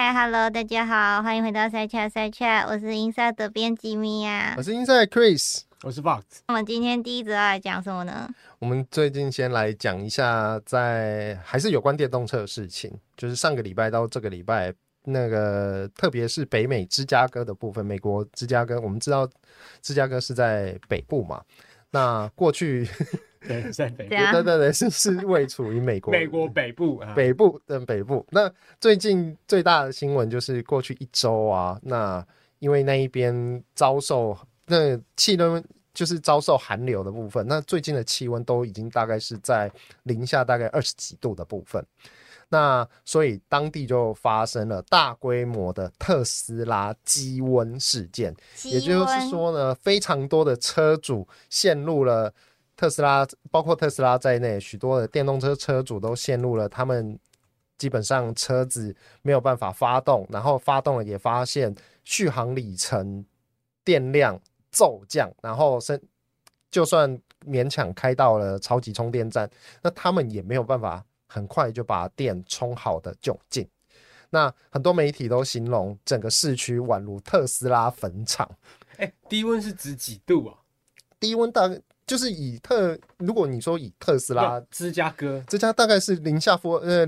嗨 ，Hello， 大家好，欢迎回到赛恰，我是 Inside 的编辑米娅， 我是 Inside Chris， 我是 Fox。 我们今天第一则要来讲什么呢？ 我们最近先来讲一下还是有关电动车的事情，就是上个礼拜到这个礼拜，那个特别是北美芝加哥的部分，美国芝加哥，我们知道芝加哥是在北部嘛，那过去对，在北部， 对，是位处于美国北部啊， 北部。那最近最大的新闻就是过去一周啊，那因为那一边遭受那气温就是遭受寒流的部分，那最近的气温都已经大概是在零下大概20几度的部分。那所以当地就发生了大规模的特斯拉积温事件，也就是说呢，非常多的车主陷入了特斯拉，包括特斯拉在内，许多的电动车车主都陷入了他们基本上车子没有办法发动，然后发动了也发现续航里程、电量骤降，然后就算勉强开到了超级充电站，那他们也没有办法很快就把电充好的窘境。那很多媒体都形容整个市区宛如特斯拉坟场。 低温是指几度啊？ 低温大概就是如果你说以特斯拉芝加哥大概是零下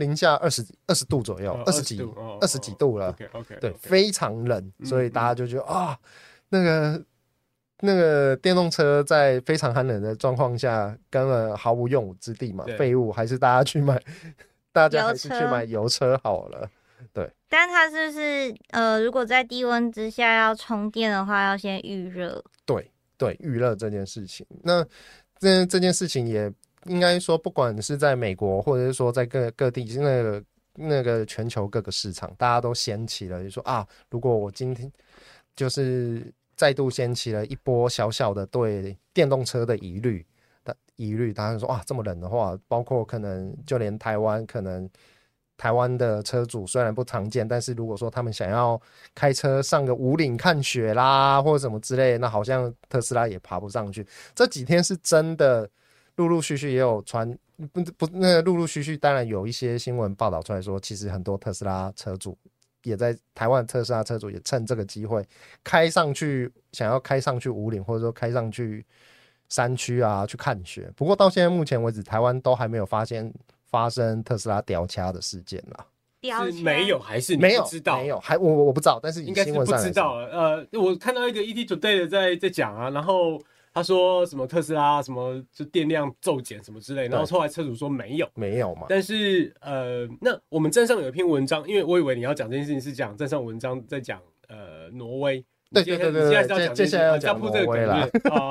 20度左右，20几度了。 OK， 对，非常冷，所以大家就觉得那个电动车在非常寒冷的状况下，根本毫无用武之地嘛，废物，还是大家还是去买油车好了。对， 但它是不是如果在低温之下要充电的话，要先预热？ 对，预热这件事情，那这件事情也应该说，不管是在美国，或者是说在各地那个全球各个市场，大家都掀起了，就说如果我今天就是再度掀起了一波小小的对电动车的疑虑，大家说这么冷的话，包括可能就连台湾的车主虽然不常见，但是如果说他们想要开车上个武岭看雪啦，或者什么之类的，那好像特斯拉也爬不上去。这几天是真的，陆陆续续也有陆陆续续当然有一些新闻报道出来说，其实很多特斯拉车主也在台湾，特斯拉车主也趁这个机会想要开上去武岭，或者说开上去山区啊去看雪。不过到现在目前为止，台湾都还没有发生特斯拉吊掐的事件啦。 是没有还是你不知道？ 没有，我不知道，但是应该是不知道。我看到一个 ET Today 的在讲啊，然后他说什么特斯拉什么就电量骤减什么之类，然后后来车主说没有嘛。但是那我们站上有一篇文章，因为我以为你要讲这件事情是讲站上文章在讲挪威。 对， 接下来要讲挪威啦。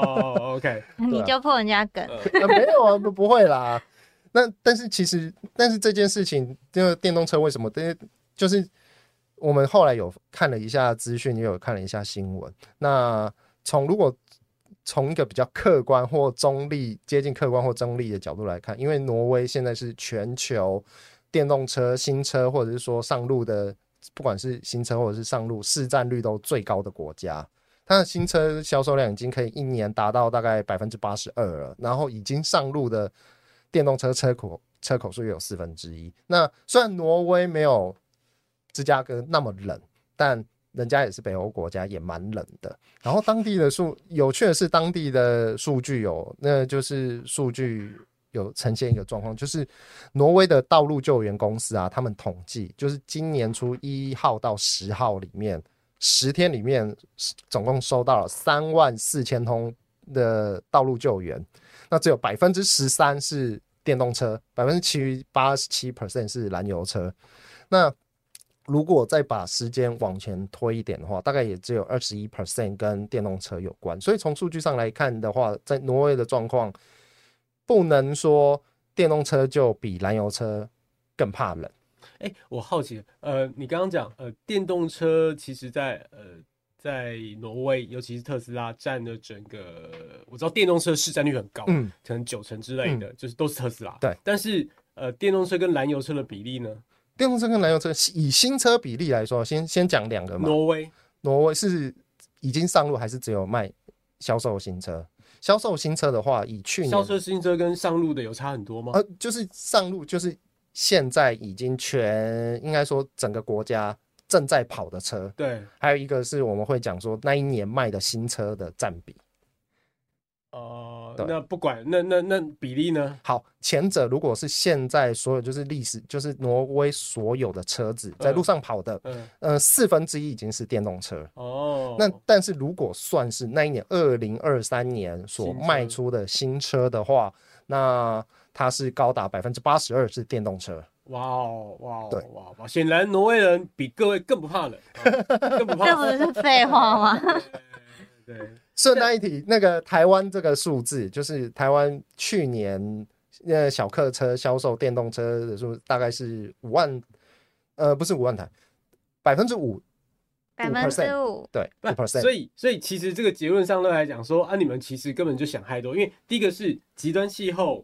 OK， 你就破人家梗？ 没有啊，不会啦。但是这件事情，这个电动车为什么？就是我们后来有看了一下资讯，也有看了一下新闻。那如果从一个比较客观或中立、接近客观或中立的角度来看，因为挪威现在是全球电动车新车或者是说上路的，不管是新车或者是上路市占率都最高的国家。它的新车销售量已经可以一年达到大概82%了，然后已经上路的电动车车口数有1/4。那虽然挪威没有芝加哥那么冷，但人家也是北欧国家，也蛮冷的。然后当地的有趣的是，当地的数据有呈现一个状况，就是挪威的道路救援公司啊，他们统计就是今年初1号到10号里面10天里面总共收到了34000通的道路救援，那只有13%是电动车，其余87% 是燃油车。那如果再把时间往前推一点的话，大概也只有21% 跟电动车有关。所以从数据上来看的话，在挪威的状况，不能说电动车就比燃油车更怕冷。 我好奇，你刚刚讲，电动车其实在挪威，尤其是特斯拉占的整个，我知道电动车市占率很高，可能90%之类的，就是都是特斯拉。 对， 但是电动车跟燃油车的比例呢？ 电动车跟燃油车以新车比例来说，先讲两个嘛。挪威是已经上路还是只有卖销售新车？销售新车的话，以去年销售新车跟上路的有差很多吗？ 就是上路就是现在已经应该说整个国家正在跑的车， 对， 还有一个是我们会讲说那一年卖的新车的占比。 那不管那比例呢？ 好，前者如果是现在所有就是历史就是挪威所有的车子在路上跑的，1/4已经是电动车哦。那但是如果算是那一年2023年所卖出的新车的话，那它是高达82%是电动车。 哇哦哇哦，对哇！显然挪威人比各位更不怕冷，更不怕。 这不是废话吗？ 对。 顺带一提，那个台湾这个数字，就是台湾去年小客车销售电动车的数大概是5万，不是5万台，5%，5%，对5%。 所以其实这个结论上来讲说，你们其实根本就想太多，因为第一个是极端气候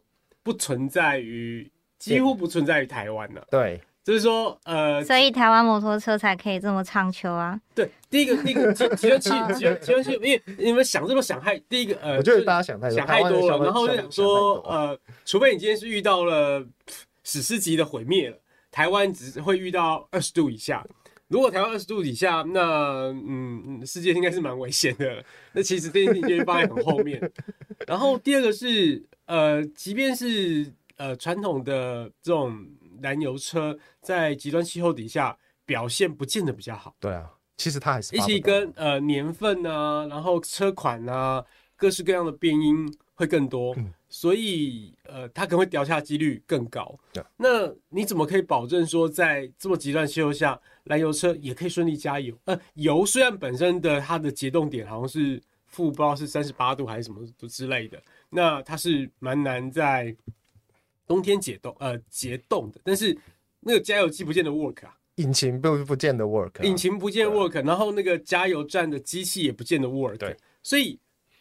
几乎不存在于台湾了， 对。 就是说， 所以台湾摩托车才可以这么畅销啊。 对，第一个极端气，因为你们想这么想太，第一个我觉得大家想太多了，然后就想说，除非你今天是遇到了史诗级的毁灭了，台湾只会遇到20度以下。如果台湾20度以下，那世界应该是蛮危险的。那其实这件事情就会放在很后面。然后第二个是，即便是传统的这种燃油车在极端气候底下表现不见得比较好。 对啊，其实它还是一起跟年份啊，然后车款啊，各式各样的变因会更多，所以它可能会掉下几率更高。那你怎么可以保证说在这么极端气候下，燃油车也可以顺利加油？油虽然本身的它的节动点好像是不知道是38度还是什么之类的，那它是蛮难在冬天节动的，但是那个加油机不见得 work 啊， 引擎不见得 work， 引擎不见得 work， 然后那个加油站的机器也不见得 work， 对，所以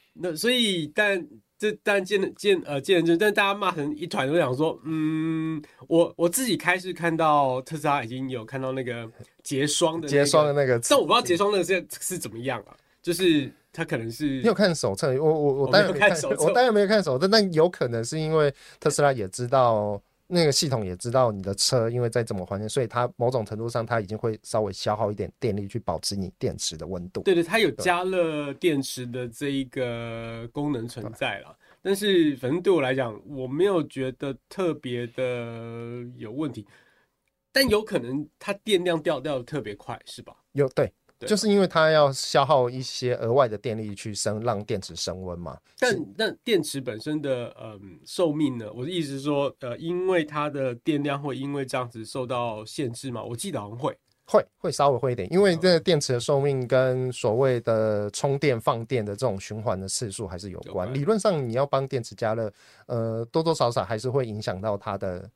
但见仁见智，但大家骂成一团都想说，我自己开始看到特斯拉已经有看到那个结霜的那个， 但我不知道结霜那个是怎么样啊，就是它可能是你有看手册，我当然没看手册，我当然没有看手册，但有可能是因为特斯拉也知道那个系统也知道你的车因为在这么环境，所以它某种程度上它已经会稍微消耗一点电力去保持你电池的温度。 对，它有加热电池的这一个功能存在啦，但是反正对我来讲，我没有觉得特别的有问题，但有可能它电量掉的特别快，是吧？ 对。就是因为它要消耗一些额外的电力去让电池升温嘛。 但电池本身的寿命呢？我的意思是说，因为它的电量会因为这样子受到限制吗？我记得好像会稍微会一点，因为这个电池的寿命跟所谓的充电放电的这种循环的次数还是有关。理论上你要帮电池加热，多多少少还是会影响到它的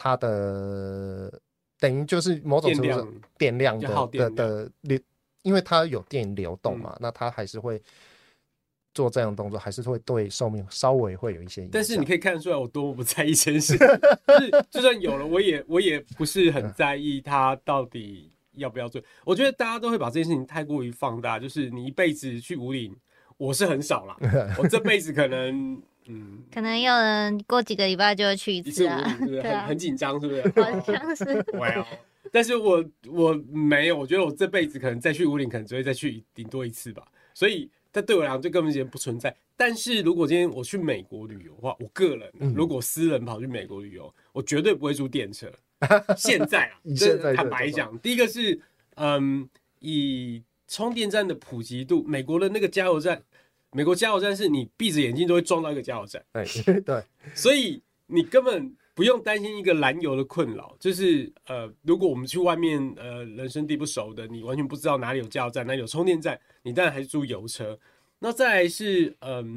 等于就是某种程度上电量的因为它有电流动嘛，那它还是会做这样的动作，还是会对寿命稍微会有一些影响。 但是你可以看得出来我多么不在意这件事，就算有了，我也不是很在意它到底要不要做。我觉得大家都会把这件事情太过于放大，就是你一辈子去武岭，我是很少啦，我这辈子可能可能有人过几个礼拜就会去一次啊， 是不是很紧张，是不是？ 好像是。 Well， 但是我没有，我觉得我这辈子可能再去武岭，可能只会再去顶多一次吧。所以，它对我来讲就根本不存在。但是如果今天我去美国旅游的话，我个人如果私人跑去美国旅游，我绝对不会租电车。现在啊，坦白讲，第一个是以充电站的普及度，美国的那个加油站。美国加油站是你闭着眼睛都会撞到一个加油站， 对， 所以你根本不用担心一个燃油的困扰。就是如果我们去外面人生地不熟的，你完全不知道哪里有加油站，哪里有充电站，你当然还是租油车。那再来是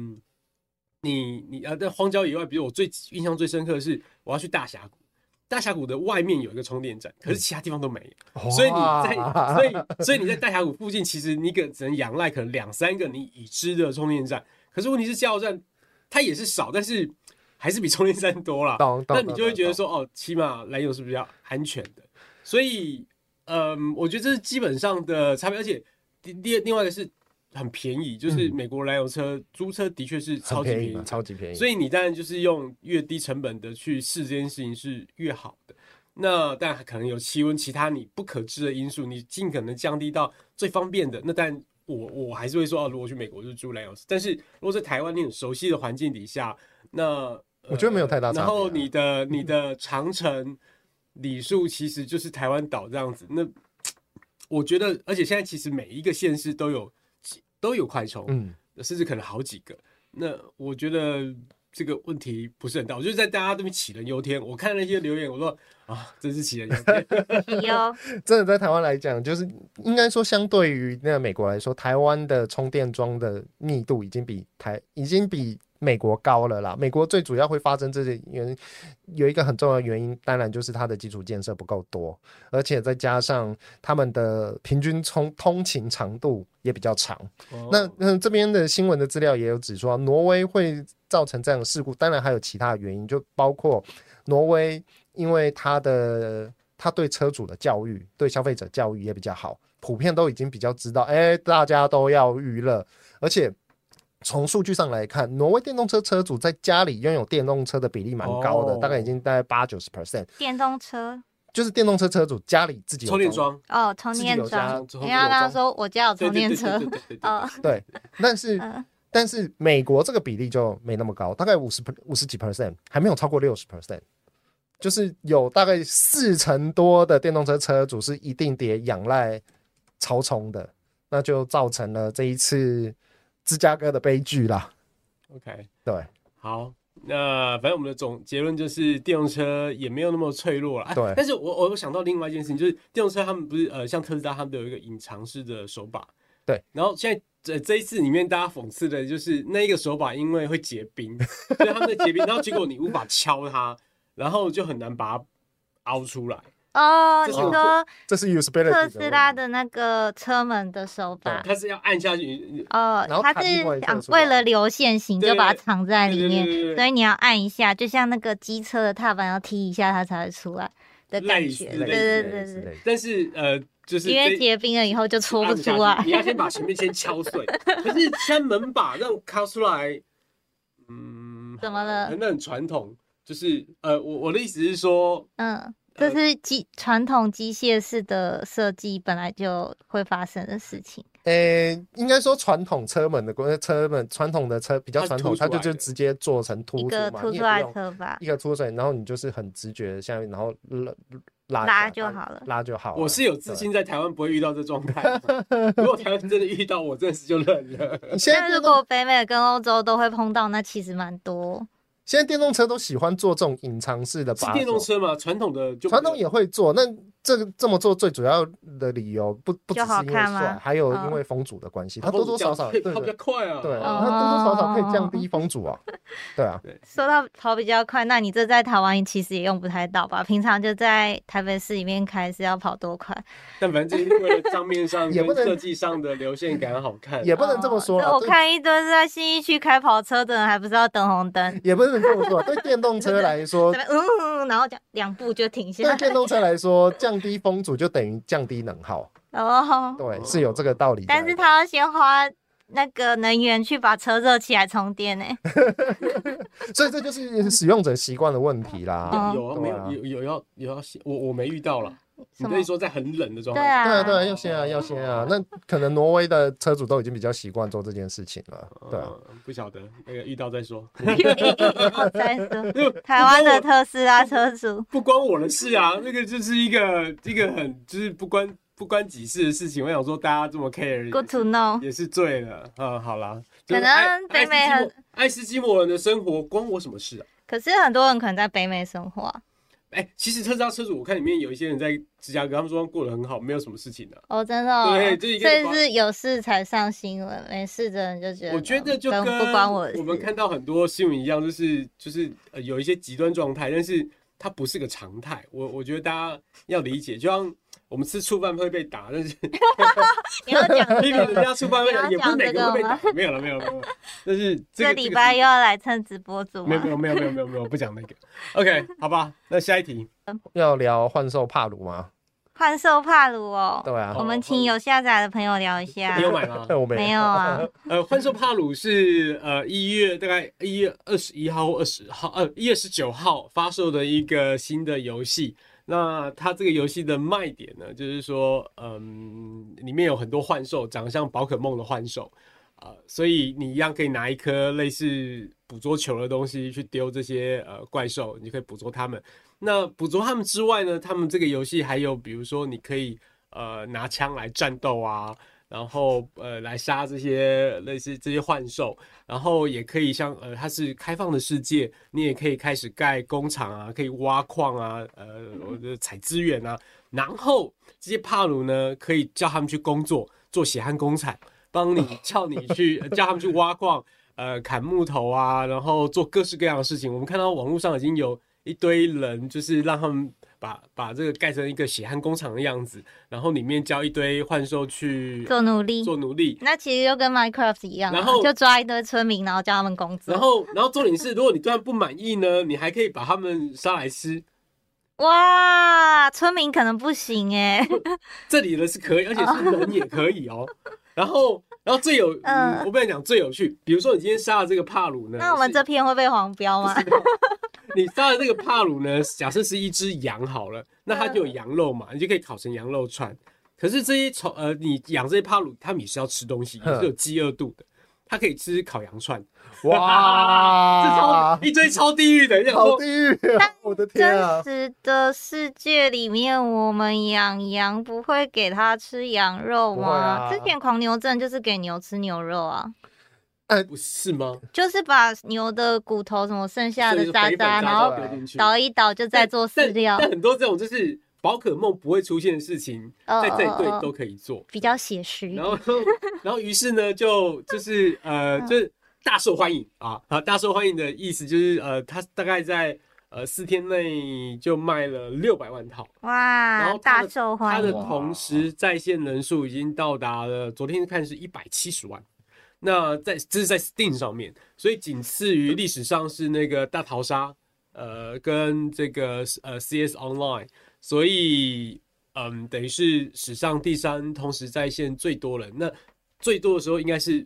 你在荒郊野外，比如我印象最深刻的是我要去大峡谷。大峡谷的外面有一个充电站，可是其他地方都没有，所以你在大峡谷附近，其实你只能仰赖可能2-3个你已知的充电站。可是问题是加油站它也是少，但是还是比充电站多啦。那你就会觉得说，起码燃油是比较安全的。所以我觉得这是基本上的差别，而且另外一个是很便宜，就是美国燃油车租车的确是超级便宜， 超级便宜。 所以你当然就是用越低成本的去试这件事情是越好的。 那但可能有气温其他你不可知的因素，你尽可能降低到最方便的。那但我还是会说，如果去美国就是住蓝油。但是如果在台湾你很熟悉的环境底下，那我觉得没有太大差别。 然后你的长程里数其实就是台湾岛这样子。那我觉得，而且现在其实每一个县市都有快充，甚至可能好几个。那我觉得这个问题不是很大，我就是在大家这边杞人忧天。我看那些留言，我说真是杞人忧天。 真的在台湾来讲，就是应该说，相对于那个美国来说，台湾的充电桩的密度已经比美国高了啦。美国最主要会发生这些原因，有一个很重要的原因，当然就是它的基础建设不够多，而且再加上他们的平均通勤长度也比较长。那这边的新闻的资料也有指说，挪威会造成这样的事故，当然还有其他的原因，就包括挪威因为他对车主的教育，对消费者教育也比较好，普遍都已经比较知道，大家都要预热，而且从数据上来看，挪威电动车车主在家里拥有电动车的比例蛮高的，大概已经大概80-90%。 电动车就是电动车车主家里自己有充电桩充电桩。因为他刚刚说我家有充电车， 对，但是美国这个比例就没那么高，大概50几%，还没有超过60%。就是有大概40%多的电动车车主是一定得仰赖超充的，那就造成了这一次芝加哥的悲剧啦。 OK， 对， 好，那反正我们的总结论就是电动车也没有那么脆弱了。 对， 但是我想到另外一件事情，就是电动车他们不是像特斯拉他们都有一个隐藏式的手把， 对， 然后现在这一次里面大家讽刺的就是那一个手把因为会结冰，所以他们在结冰，然后结果你无法敲它，然后就很难把它凹出来。 你说这是 usability 特斯拉的那个车门的手把， 它是要按下去它是为了留线型就把它藏在里面，所以你要按一下，就像那个机车的踏板要踢一下它才会出来的感觉。对。 但是就是因为结冰了以后就搓不出来， 你要先把前面先敲碎。可是像门把让敲出来， 怎么了？ 那很传统，就是我的意思是说， 这是传统机械式的设计本来就会发生的事情。 应该说传统车门传统的车比较传统，它就直接做成凸出嘛， 一个凸出来车把， 一个凸出来，然后你就是很直觉下面，然后拉就好了， 拉就好了。 我是有自信在台湾不会遇到这状态，如果台湾真的遇到，我真的是就认了。 但如果北美跟欧洲都会碰到，那其实蛮多。 现在电动车都喜欢做这种隐藏式的把手。 是电动车吗？传统也会做，那这么做最主要的理由不只是因为帅，还有因为风阻的关系，它多多少少跑比较快啊， 对，它多多少少可以降低风阻啊，对啊。 说到跑比较快，那你这在台湾其实也用不太到吧？平常就在台北市里面开是要跑多快？ 但反正就是为了账面上跟设计上的流线感好看， 也不能这么说。 我看一堆是在信义区开跑车的人，还不是要等红灯？ 也不能这么说，对电动车来说， 然后2步就停下来。 对电动车来说，降低风阻就等于降低能耗。对，是有这个道理。 但是他要先花那个能源去把车热起来充电呢。 所以这就是使用者习惯的问题啦。 有要我没遇到了。你可以说在很冷的状态， 对啊，要先啊。那可能挪威的车主都已经比较习惯做这件事情了，对啊。 不晓得那个遇到再说。 台湾的特斯拉车主不关我的事啊，那个就是一个很就是不关己事的事情。我想说大家这么 care， good to know 也是醉了好啦。 可能北美爱斯基摩人的生活关我什么事啊？ 可是很多人可能在北美生活。 其实特斯拉车主，我看里面有一些人在芝加哥，他们说过得很好，没有什么事情的。 真的对， 所以是有事才上新闻，没事的人就觉得。 我觉得就跟不关我的事。 我们看到很多新闻一样，就是有一些极端状态，但是它不是个常态。我觉得大家要理解，就像我们吃醋饭会被打，但是你要讲批评人家醋饭会打，也不是每个会被打。没有了。但是这礼拜又要来蹭直播主吗？ 没有，不讲那个。OK， 好吧，那下一题要聊幻兽帕鲁吗？ 幻兽帕鲁哦， 对啊， 我们请有下载的朋友聊一下。 你有买吗？ 我没有啊。 幻兽帕鲁是大概1月21号或20号，1月19号发售的一个新的游戏。 那它这个游戏的卖点呢，就是说，里面有很多幻兽，长得像宝可梦的幻兽，所以你一样可以拿一颗类似捕捉球的东西去丢这些怪兽，你就可以捕捉它们。那捕捉它们之外呢，他们这个游戏还有，比如说你可以拿枪来战斗啊。然后来杀这些类似这些幻兽，然后也可以像它是开放的世界，你也可以开始盖工厂啊，可以挖矿啊，采资源啊，然后这些帕鲁呢可以叫他们去工作，做血汗工厂，帮你叫你去叫他们去挖矿，砍木头啊，然后做各式各样的事情。我们看到网络上已经有一堆人，就是让他们把这个盖成一个血汗工厂的样子，然后里面教一堆幻兽去做奴隶。那其实就跟 Minecraft 一样，然后就抓一堆村民，然后叫他们工作。 然后重点是，如果你对他们不满意呢，你还可以把他们杀来吃。 哇，村民可能不行哎。 这里的是可以，而且是人也可以哦。然后最有，我不能讲最有趣，比如说你今天杀了这个帕鲁呢， 那我们这篇会被黄标吗？ 你杀的这个帕鲁呢，假设是一只羊好了，那它就有羊肉嘛，你就可以烤成羊肉串。可是这些你养这些帕鲁，它们也是要吃东西，也是有饥饿度的，它可以吃烤羊串。哇，这一堆超地狱的， 好地狱啊！我的天啊！ 真实的世界里面，我们养羊不会给它吃羊肉吗？之前狂牛症就是给牛吃牛肉啊。 不是吗？ 就是把牛的骨头什么剩下的渣渣，然后倒一倒就再做饲料。 但很多这种就是宝可梦不会出现的事情，在这里都可以做， 比较写实一点。 然后于是呢，就是就是大受欢迎啊！大受欢迎的意思就是它大概在4天内就卖了600万套。 哇！然后大受欢迎。 它的同时在线人数已经到达了，昨天看是170万。那这是在 Steam 上面，所以仅次于历史上是那个大逃杀，跟这个CS Online， 所以等于是史上第3同时在线最多人。那最多的时候应该是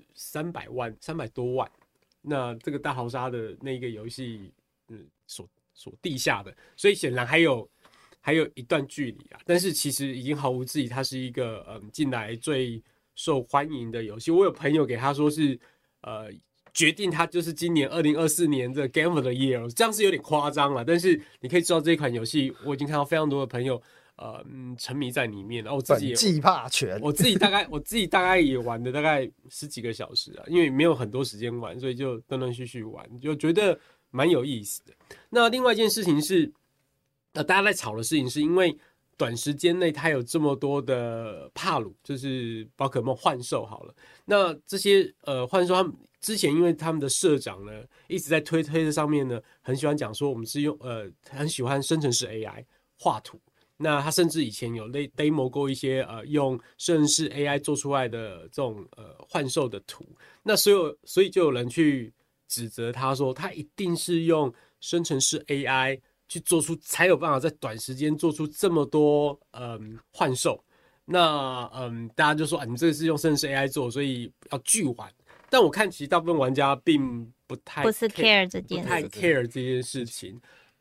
300多万。那这个大逃杀的那个游戏，所地下的，所以显然还有一段距离啊。但是其实已经毫无质疑，它是一个近来最受欢迎的游戏。我有朋友给他说是决定他就是今年2024年的 Game of the Year， 这样是有点夸张了，但是你可以知道这一款游戏我已经看到非常多的朋友沉迷在里面，然后我自己也本季霸权， 我自己大概也玩了大概10几个小时啊，因为没有很多时间玩，所以就断断续续玩，就觉得蛮有意思的。那另外一件事情是大家在吵的事情是因为短时间内它有这么多的帕鲁，就是宝可梦幻兽好了。那这些幻兽，他们之前因为他们的社长呢一直在推特上面呢，很喜欢讲说我们是用很喜欢生成式 AI 画图。那他甚至以前有 demo 过一些用生成式 AI 做出来的这种幻兽的图。那所以就有人去指责他说，他一定是用生成式 AI。去做出才有办法在短时间做出这么多幻兽。那大家就说你这个是用生成式 AI 做，所以要巨玩。但我看其实大部分玩家并不是 care 这件事， 不太 care 这件事情。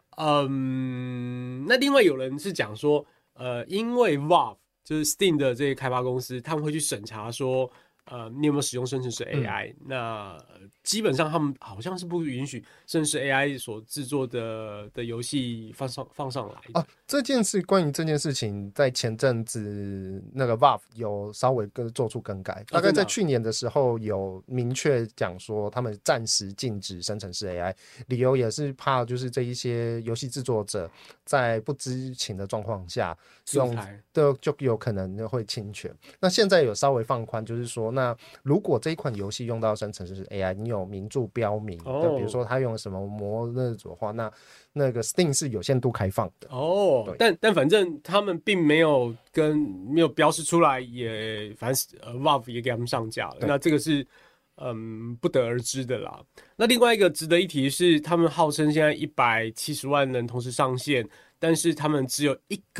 那另外有人是讲说，因为 Valve 就是 Steam 的这些开发公司，他们会去审查说，你有没有使用生成式 AI？那基本上他们好像是不允许生成式 AI 所制作的游戏放上来的。 关于这件事情，在前阵子那个 Valve 有稍微做出更改，大概在去年的时候有明确讲说，他们暂时禁止生成式 AI， 理由也是怕就是这一些游戏制作者在不知情的状况下用的就有可能会侵权。那现在有稍微放宽，就是说，那如果这一款游戏用到生成式 AI， 你有明注标明的，比如说它用什么模那种的话，那个 Steam 是有限度开放的但反正他们并没有标示出来，也反正Valve 也给他们上架了，那这个是不得而知的啦。那另外一个值得一提是，他们号称现在170万人同时上线，但是他们只有一个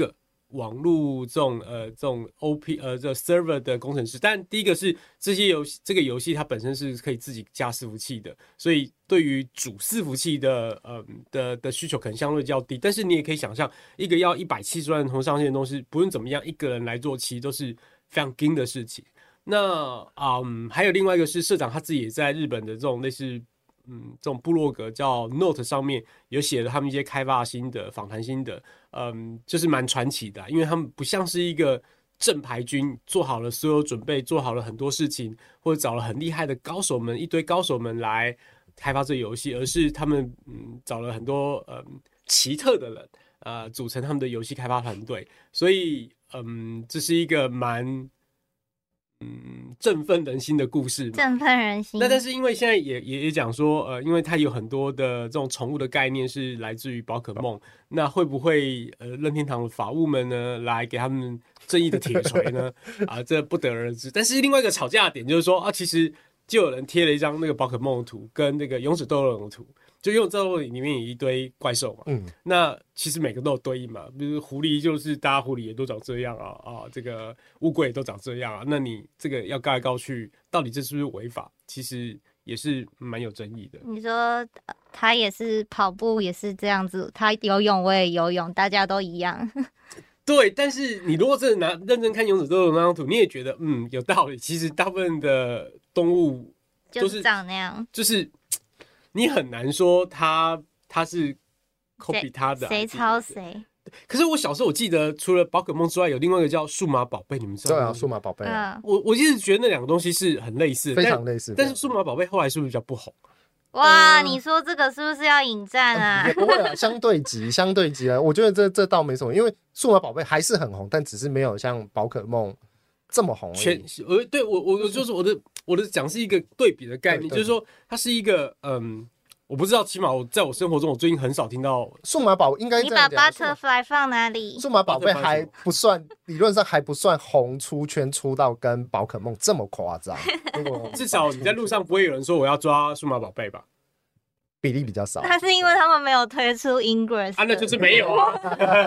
网络这种 OP 这 server 的工程师，但第一个是这个游戏它本身是可以自己架伺服器的，所以对于主伺服器的需求可能相对较低。但是你也可以想象，一个要170万同时上线的东西，不论怎么样，一个人来做其实都是非常硬的事情。那还有另外一个是社长他自己也在日本的这种类似这种部落格叫 Note 上面有写了他们一些开发心得、访谈心得，就是蛮传奇的，因为他们不像是一个正牌军，做好了所有准备，做好了很多事情，或者找了很厉害的高手们，一堆高手们来开发这个游戏，而是他们找了很多奇特的人组成他们的游戏开发团队，所以这是一个蛮振奋人心的故事嘛， 振奋人心。 但是因为现在也讲说，因为它有很多的这种宠物的概念是来自于宝可梦，那会不会任天堂的法务们呢来给他们正义的铁锤呢？这不得而知。但是另外一个吵架的点就是说其实就有人贴了一张那个宝可梦的图跟那个勇者斗恶龙的图。就勇者斗恶龙里面有一堆怪兽嘛，那其实每个都有对应嘛，比如狐狸就是大家狐狸也都长这样这个乌龟也都长这样那你这个要告来告去，到底这是不是违法？其实也是蛮有争议的。 你说他也是跑步也是这样子，他游泳我也游泳，大家都一样。 对，但是你如果真的认真看勇者斗恶龙那张图，你也觉得有道理。其实大部分的动物就是长那样， 就是你很难说他是 copy 他的， 谁抄谁。 可是我小时候我记得，除了宝可梦之外，有另外一个叫数码宝贝，你们知道吗？ 对啊，数码宝贝我一直觉得那两个东西是很类似的， 非常类似。 但是数码宝贝后来是不是比较不红？ 哇，你说这个是不是要引战啊？ 也不会啊，相对级啊。我觉得这倒没什么，因为数码宝贝还是很红，但只是没有像宝可梦这么红而已。 对我就是我的讲是一个对比的概念，就是说它是一个我不知道，起码在我生活中，我最近很少听到数码宝贝。应该你把 Butterfly 放哪里？ 数码宝贝还不算，理论上还不算红出圈出到跟宝可梦这么夸张。 至少你在路上不会有人说我要抓数码宝贝吧？ 比例比较少。 那是因为他们没有推出 Ingress 那就是没有啊。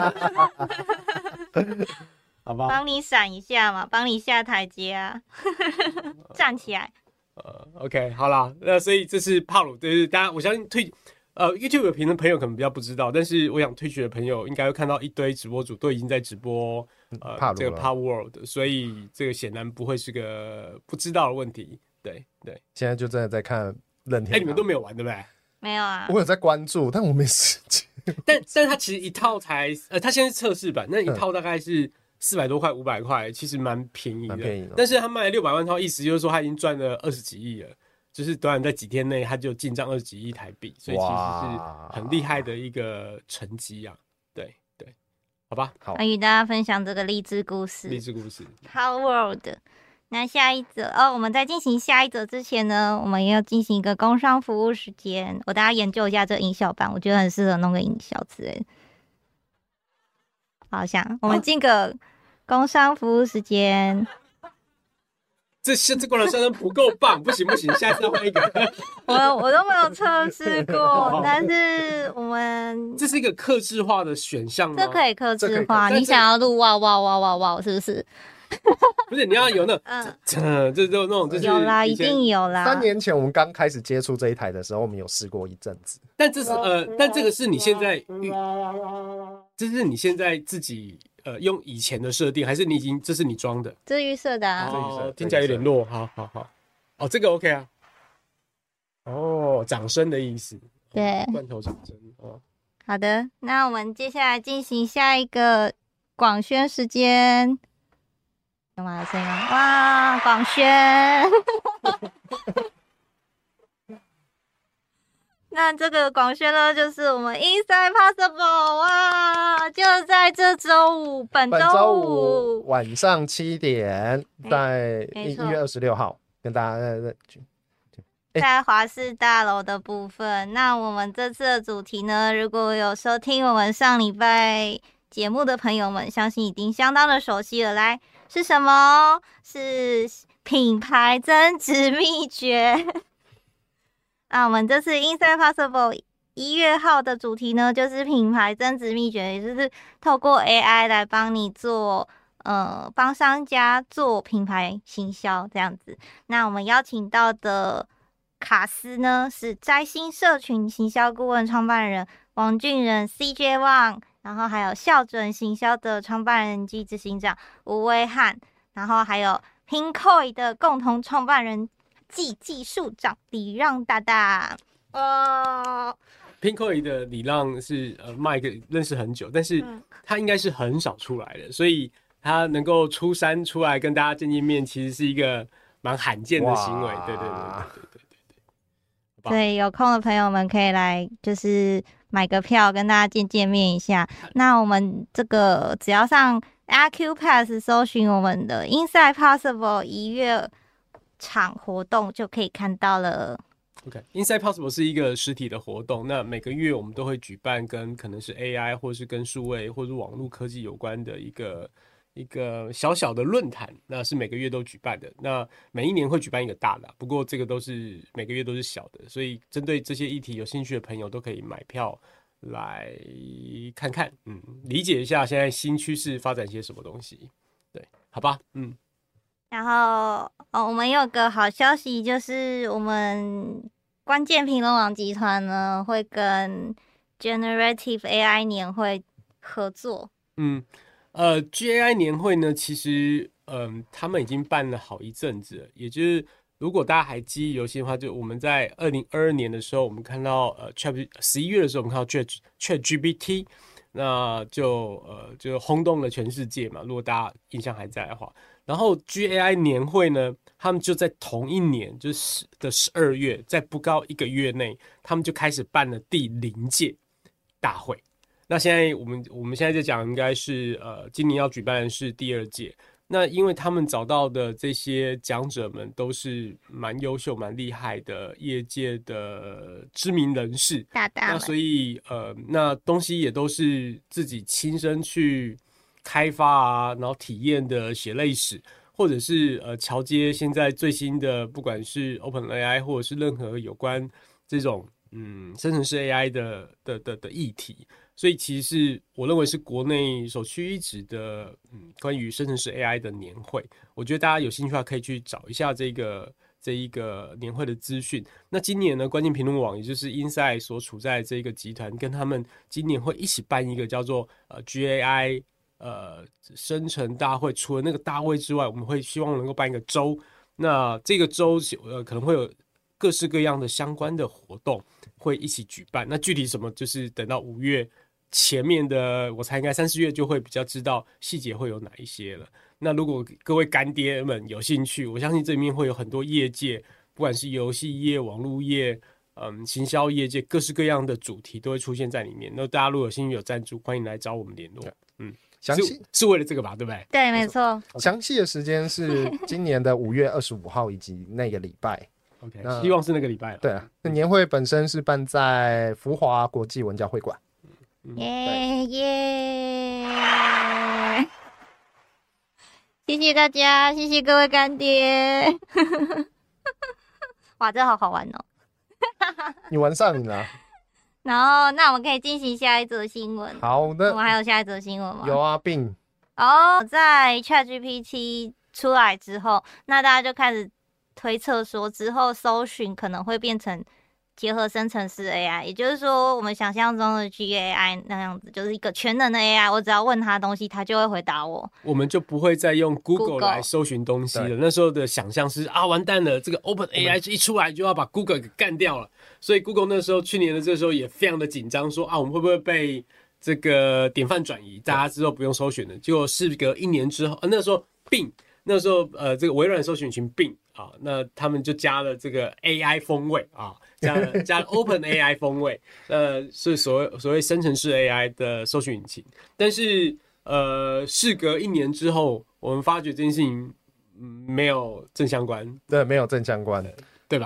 好吧， 帮你闪一下嘛，帮你下台阶啊，站起来。 OK， 好啦，那所以这是帕鲁，就是大家我相信YouTube 有评论朋友可能比较不知道，但是我想Twitch的朋友应该会看到一堆直播主都已经在直播这个 Power World， 所以这个显然不会是个不知道的问题。对， 现在就真的在看任天堂。 你们都没有玩对不对？ 没有啊， 我有在关注，但我没时间。 但它其实一套才它现在是测试版，那一套大概是400多块、500块，其实蛮便宜的。但是他卖了600万套，意思就是说他已经赚了20几亿了，就是短短在几天内他就进账20几亿台币，所以其实是很厉害的一个成绩啊。对，好吧，好， 与大家分享这个励志故事。Power World。那下一则我们在进行下一则之前呢，我们也要进行一个工商服务时间。我大家研究一下这个音效版，我觉得很适合弄个音效之类的。好像我们进个工商服务时间。 这功能声声不够棒，不行，下次要换一个。 我都没有测试过，但是我们这是一个客制化的选项吗？ 这可以客制化，你想要录哇哇哇哇哇，是不是？ 不是，你要有那种有啦，一定有啦。 3年前我们刚开始接触这一台的时候，我们有试过一阵子。 但这是但这个是你现在这是你现在自己用以前的设定，还是你已经这是你装的？ 这预设的啊。 听起来有点弱。好，这个 OK 啊。掌声的意思。 对， 罐头掌声。 好的，那我们接下来进行下一个广宣时间。有吗？有声音吗？哇，广宣！那这个广宣呢，就是我们 Inside Possible 哇，就在这周五，本周五晚上7点，在1月26号，跟大家在华视大楼的部分。那我们这次的主题呢，如果有收听我们上礼拜节目的朋友们，相信已经相当的熟悉了。来，是什么？是品牌增值秘诀。那我们这次 Inside Possible 1月号的主题呢，就是品牌增值秘诀，也就是透过 AI 来帮你做帮商家做品牌行销这样子。那我们邀请到的卡斯呢，是摘星社群行销顾问创办人王俊仁 CJ Wang， 然后还有校准行销的创办人及执行长吴威翰，然后还有 Pinkoi 的共同创办人暨技术长李让大大。 Pinkoi 的李让是Mike 认识很久，但是他应该是很少出来的，所以他能够出山出来跟大家见面，其实是一个蛮罕见的行为。对。 所以有空的朋友们可以来，就是买个票跟大家见面一下。那我们这个只要上 Acupass 搜寻我们的 Inside Possible 1月场活动就可以看到了。 OK，Inside Possible 是一个实体的活动，那每个月我们都会举办跟可能是 AI 或是跟数位或是网络科技有关的一个小小的论坛，那是每个月都举办的。那每一年会举办一个大的，不过这个都是每个月都是小的，所以针对这些议题有兴趣的朋友都可以买票来看看，理解一下现在新趋势发展些什么东西，对，好吧， 然后我们有个好消息，就是我们关键评论网集团呢会跟 Generative AI 年会合作。 GAI 年会呢，其实他们已经办了好一阵子了，也就是如果大家还记忆犹新的话，就我们在2022年的时候，我们看到11月的时候，我们看到 ChatGPT， 那就轰动了全世界嘛。如果大家印象还在的话，然后 GAI 年会呢，他们就在同一年，就是12月，在不高1个月内，他们就开始办了第0届大会。那现在我们现在在讲，应该是今年要举办的是第2届。那因为他们找到的这些讲者们都是蛮优秀、蛮厉害的业界的知名人士，那所以那东西也都是自己亲身去开发啊，然后体验的血泪史，或者是桥接现在最新的，不管是 OpenAI 或者是任何有关这种生成式 AI 的议题。所以其实是我认为是国内首屈一指的关于生成式 AI 的年会，我觉得大家有兴趣的话可以去找一下这一个年会的资讯。那今年呢，关键评论网也就是 Inside 所处在这个集团，跟他们今年会一起办一个叫做GAI 生成大会。除了那个大会之外，我们会希望能够办一个周，那这个周可能会有各式各样的相关的活动会一起举办。那具体什么，就是等到5月前面的，我猜应该3、4月就会比较知道细节会有哪一些了。那如果各位干爹们有兴趣，我相信这里面会有很多业界，不管是游戏业、网络业、行销业界，各式各样的主题都会出现在里面。那大家如果有兴趣有赞助，欢迎来找我们联络。详细是为了这个吧，对不对？ 对，没错。 详细的时间是今年的5月25号以及那个礼拜。 OK， 希望是那个礼拜了。 对啊，那年会本身是办在福华国际文教会馆。 谢谢大家，谢谢各位干爹。哇，这好好玩哦！ 你玩上瘾了。 然后，那我们可以进行下一则新闻。 好的， 我们还有下一则新闻吗？ 有啊，并在 ChatGPT 出来之后，那大家就开始推测说，之后搜寻可能会变成结合生成式 AI， 也就是说，我们想象中的 GAI 那样子，就是一个全能的 AI， 我只要问他东西，他就会回答我。 我们就不会再用 Google 来搜寻东西了。那时候的想象是完蛋了，这个 OpenAI 一出来就要把 Google 给干掉了。所以 Google 那时候去年的这时候也非常的紧张，说我们会不会被这个典范转移，大家之后不用搜寻了。结果事隔1年之后，那时候 Bing， 那时候这个微软搜寻引擎 Bing 那他们就加了这个 AI 风味加了 OpenAI 风味，是所谓生成式 AI 的搜寻引擎。但是事隔1年之后，我们发觉这件事情没有正相关。 对，没有正相关的， 对吧？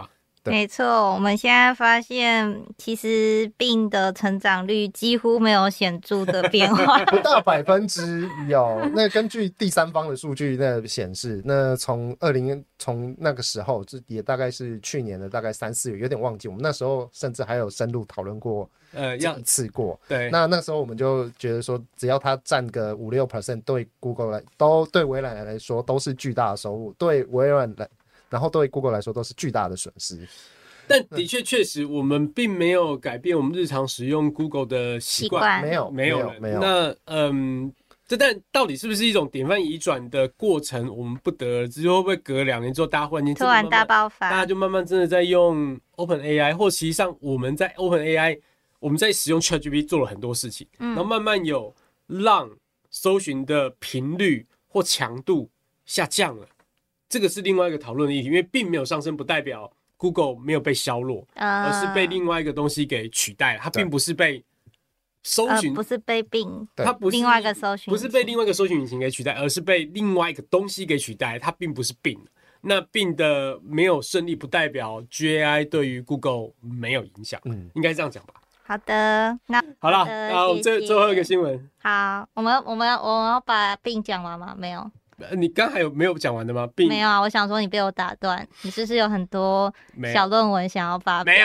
没错，我们现在发现，其实Bing的成长率几乎没有显著的变化， 不到1%。那根据第三方的数据那显示，那从那个时候，也大概是去年的大概3、4月，有点忘记。我们那时候甚至还有深入讨论过，一次过。对，那时候我们就觉得说，只要它占个5-6%，对 Google 对微软来说都是巨大的收入，对微软然后对 Google 来说都是巨大的损失。 但的确实，我们并没有改变我们日常使用 Google 的习惯， 没有。 那但到底是不是一种典范移转的过程，我们不得而知。会不会隔2年之后，大家忽然间突然大爆发， 大家就慢慢真的在用 OpenAI， 或实际上我们在 OpenAI， 我们在使用 ChatGPT 做了很多事情，然后慢慢有让搜寻的频率或强度下降了。这个是另外一个讨论的议题，因为并没有上升，不代表 Google 没有被削弱，而是被另外一个东西给取代了。它并不是被搜寻， 不是被Bing， 它不是另外一个搜寻， 不是被另外一个搜寻引擎给取代，而是被另外一个东西给取代。它并不是Bing。那Bing的没有胜利，不代表 GAI 对于 Google 没有影响。应该这样讲吧。 好的，那好了，然后最后一个新闻。 好，我们要把Bing讲完吗？没有。 你刚还有没有讲完的吗？ 没有啊，我想说你被我打断，你是不是有很多小论文想要发表？ 没有。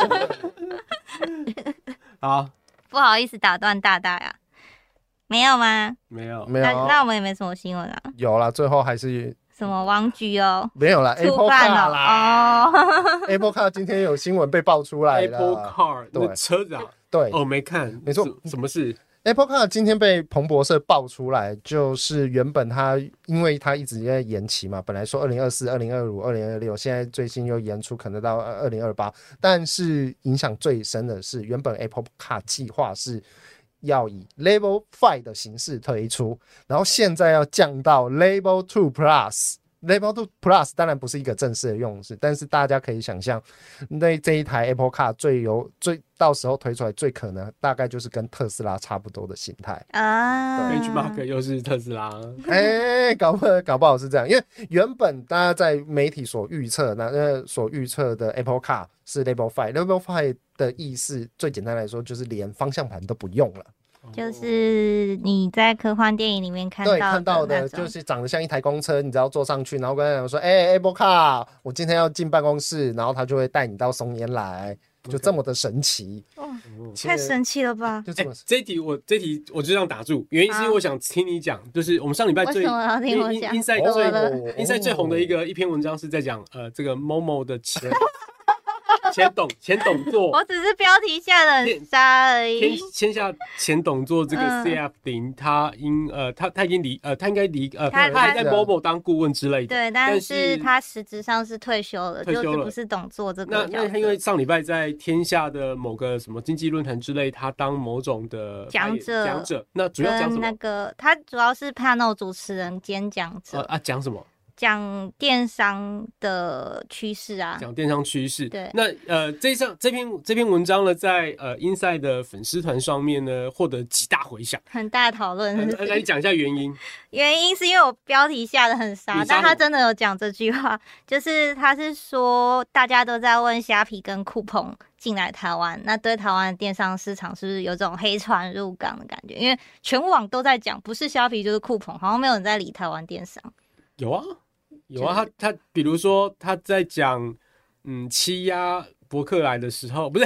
好， 不好意思打断大大呀。没有吗？ 没有。 那我们也没什么新闻啊。 有啦，最后还是什么王局哦？ 没有啦 ，Apple Car 啦。Apple Car 今天有新闻被爆出来了。 Apple Car 那车子啊？ 对， 没看， 没错。 什么事 ？Apple Car 今天被彭博社爆出来，就是原本因为它一直在延期嘛，本来说2024、2025、2026，现在最新又延出可能到2028。但是影响最深的是，原本 Apple Car 计划是要以 Level 5的形式推出，然后现在要降到 Level 2 Plus。Level 2 Plus 当然不是一个正式的用词，但是大家可以想象，那这一台 Apple Car 到时候推出来最可能大概就是跟特斯拉差不多的形态啊。 Benchmark 又是特斯拉， 搞不好是这样，因为原本大家在媒体所预测的 Apple Car 是 Level 5 ，Level 5的意思最简单来说就是连方向盘都不用了。 就是你在科幻电影里面看到的就是长得像一台公车，你只要坐上去，然后跟他讲说Apple Car 我今天要进办公室，然后他就会带你到松烟来，就这么的神奇。 太神奇了吧。 这一题我就这样打住，原因是因为我想听你讲，就是我们上礼拜最 Inside 最红的一篇文章是在讲这个 Momo 的前董座， 我只是标题下的很杀而已。 签下前董座这个 CF 林，他已经他应该他还在 Momo 当顾问之类的。 对，但是他实质上是退休了，就不是董座这个角色。 那因为上礼拜在天下的某个什么经济论坛之类，他当某种的讲者。 那主要讲什么？ 他主要是 panel 主持人兼讲者。 讲什么？ 讲电商的趋势啊， 讲电商趋势。 对， 那这篇文章呢，在Inside 的粉丝团上面呢，获得极大回响， 很大讨论。 来讲一下原因。 原因是因为我标题下的很杀，但他真的有讲这句话，就是他是说大家都在问虾皮跟酷澎进来台湾，那对台湾的电商市场是不是有种黑船入港的感觉？因为全网都在讲，不是虾皮就是酷澎，好像没有人在理台湾电商。 有啊，他比如说他在讲欺压博客来的时候，不是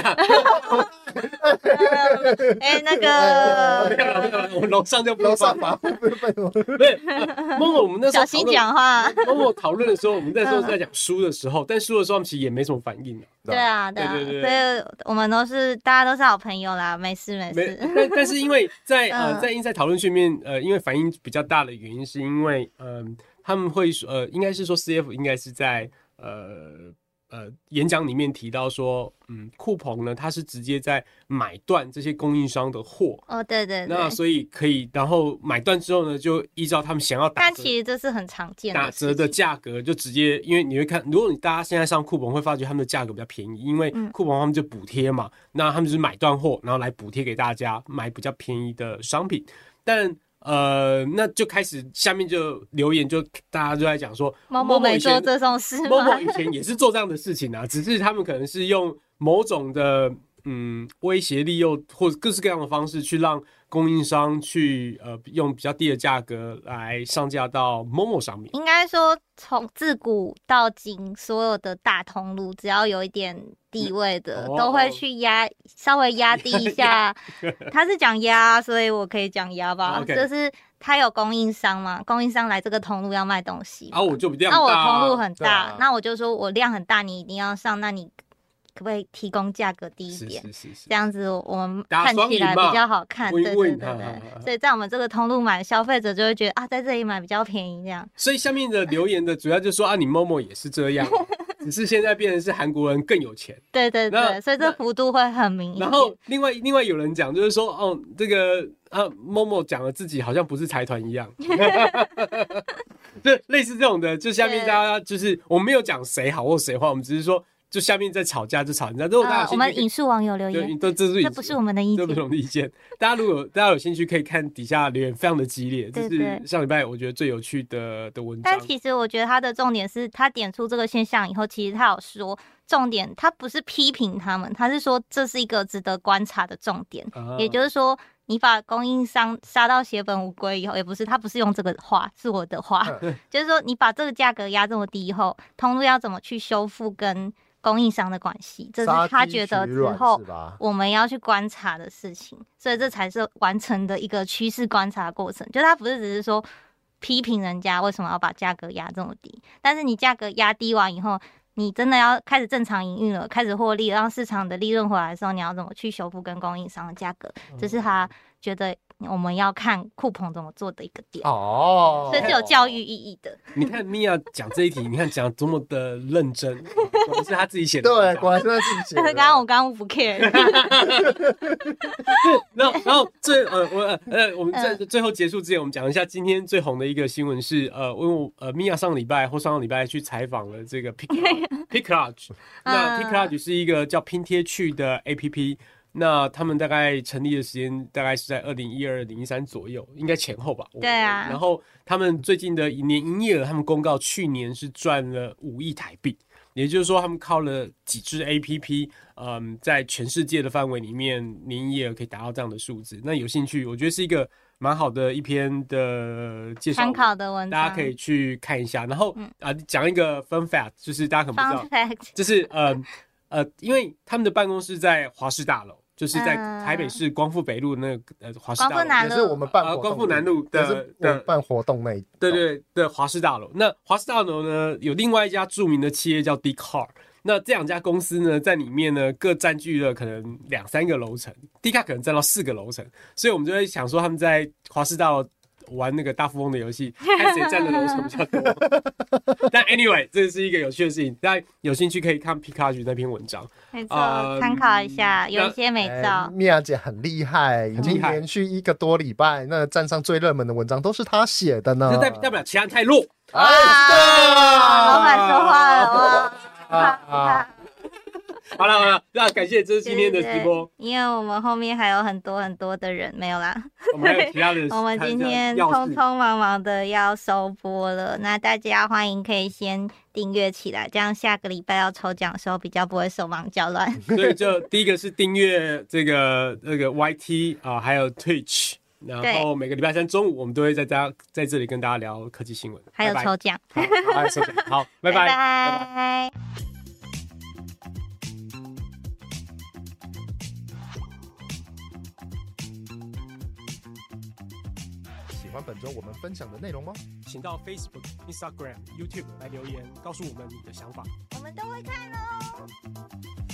那个没有，我楼上就不上吧，不是 Momo 我们那时候小心讲话。 Momo 讨论的时候，我们那时候在讲书的时候，但书的时候他们其实也没什么反应的。 对啊，所以我们大家都是好朋友啦，没事。 但是因为在Inside 讨论区里面，因为反应比较大的原因，是因为他们会应该是说 CF 应该是在演讲里面提到说，酷澎呢，它是直接在买断这些供应商的货。 对。 那所以可以，然后买断之后呢，就依照他们想要打折， 但其实这是很常见的打折的价格，就直接，因为你会看，如果大家现在上酷澎会发觉他们的价格比较便宜，因为酷澎他们就补贴嘛，那他们就是买断货，然后来补贴给大家买比较便宜的商品。但那就开始下面就留言，就大家就在讲说， 某某没做这种事吗？ 某某以前也是做这样的事情啊，只是他们可能是用某种的威胁利诱或者各式各样的方式去让供应商去用比较低的价格来上架到 Momo 上面。 应该说从自古到今，所有的大通路只要有一点地位的，都会去稍微压低一下。他是讲压，所以我可以讲压吧。 Okay. 就是他有供应商嘛，供应商来这个通路要卖东西， 我就量大， 那我通路很大，那我就说我量很大，你一定要上，那你可不可以提供价格低一点？ 是这样子我们看起来比较好看。对。所以在我们这个通路买，消费者就会觉得在这里买比较便宜这样。 所以下面的留言的主要就说你 Momo 也是这样，只是现在变成是韩国人更有钱。 对，所以这幅度会很明显。 然后另外有人讲就是说这个Momo 讲了自己好像不是财团一样，就类似这种的，就下面大家就是我们没有讲谁好或谁坏，我们只是说。就下面在吵架就吵，你知道？如果大家有兴趣， 我们引述网友留言，这不是我们的意见， 这不是我们的意见。大家有兴趣可以看底下留言，非常的激烈。这是上礼拜我觉得最有趣的文章。 但其实我觉得他的重点是他点出这个现象以后，其实他有说重点，他不是批评他们，他是说这是一个值得观察的重点。也就是说，你把供应商杀到血本无归以后，也不是他不是用这个话，是我的话，就是说你把这个价格压这么低以后，通路要怎么去修复跟供应商的关系，这是他觉得之后我们要去观察的事情，所以这才是完成的一个趋势观察过程。就他不是只是说批评人家为什么要把价格压这么低，但是你价格压低完以后，你真的要开始正常营运了，开始获利，让市场的利润回来的时候，你要怎么去修复跟供应商的价格？这是他觉得我们要看酷鹏怎么做的一个点所以是有教育意义的。 你看米娅讲这一题，你看讲多么的认真，果然是他自己写的。 对，果然是他自己写的。 我刚刚不 care 。 然后我们在最后结束之前，我们讲一下今天最红的一个新闻是因为米娅上礼拜去采访了这个 Picklodge 那 Picklodge 是一个叫拼贴趣的 APP。那他们大概成立的时间大概是在2012、2013左右，应该前后吧。 对啊。 然后他们最近的年营业额，他们公告去年是赚了5亿台币，也就是说他们靠了几支 APP，在全世界的范围里面年营业额可以达到这样的数字。那有兴趣，我觉得是一个蛮好的一篇的介绍， 参考的文章， 大家可以去看一下。然后讲一个 fun fact， 就是大家可能不知道，就是因为他们的办公室在华师大楼。就是在台北市光复北路那个华师大楼， 也是我们办活动光复南路的办活动那一对的华师大楼。那华师大楼呢，有另外一家著名的企业叫 Dcard。那这两家公司呢，在里面呢各占据了可能2-3个楼层，Dcard可能占到4个楼层，所以我们就会想说他们在华师大楼玩那个大富翁的游戏，看谁占的楼层比较多。但 anyway， 这是一个有趣的事情，大家有兴趣可以看 Picklodge 那篇文章， 没错，参考一下，有一些美照。 米娅姐很厉害，已经连续1个多礼拜，那站上最热门的文章都是她写的呢。 这代表其他人太弱。 老板说话了哇！ 好了，那感谢这是今天的直播。 因为我们后面还有很多的人没有啦， 我们还有其他的。 我们今天匆匆忙忙的要收播了，那大家欢迎可以先订阅起来，这样下个礼拜要抽奖的时候比较不会手忙脚乱。 所以就第一个是订阅这个YT 还有 Twitch， 然后每个礼拜3中午我们都会在这里跟大家聊科技新闻， 还有抽奖。 还有抽奖，好，拜拜。 拜拜。 喜欢本周我们分享的内容吗？ 请到 Facebook、Instagram、YouTube 来留言，告诉我们你的想法， 我们都会看哦。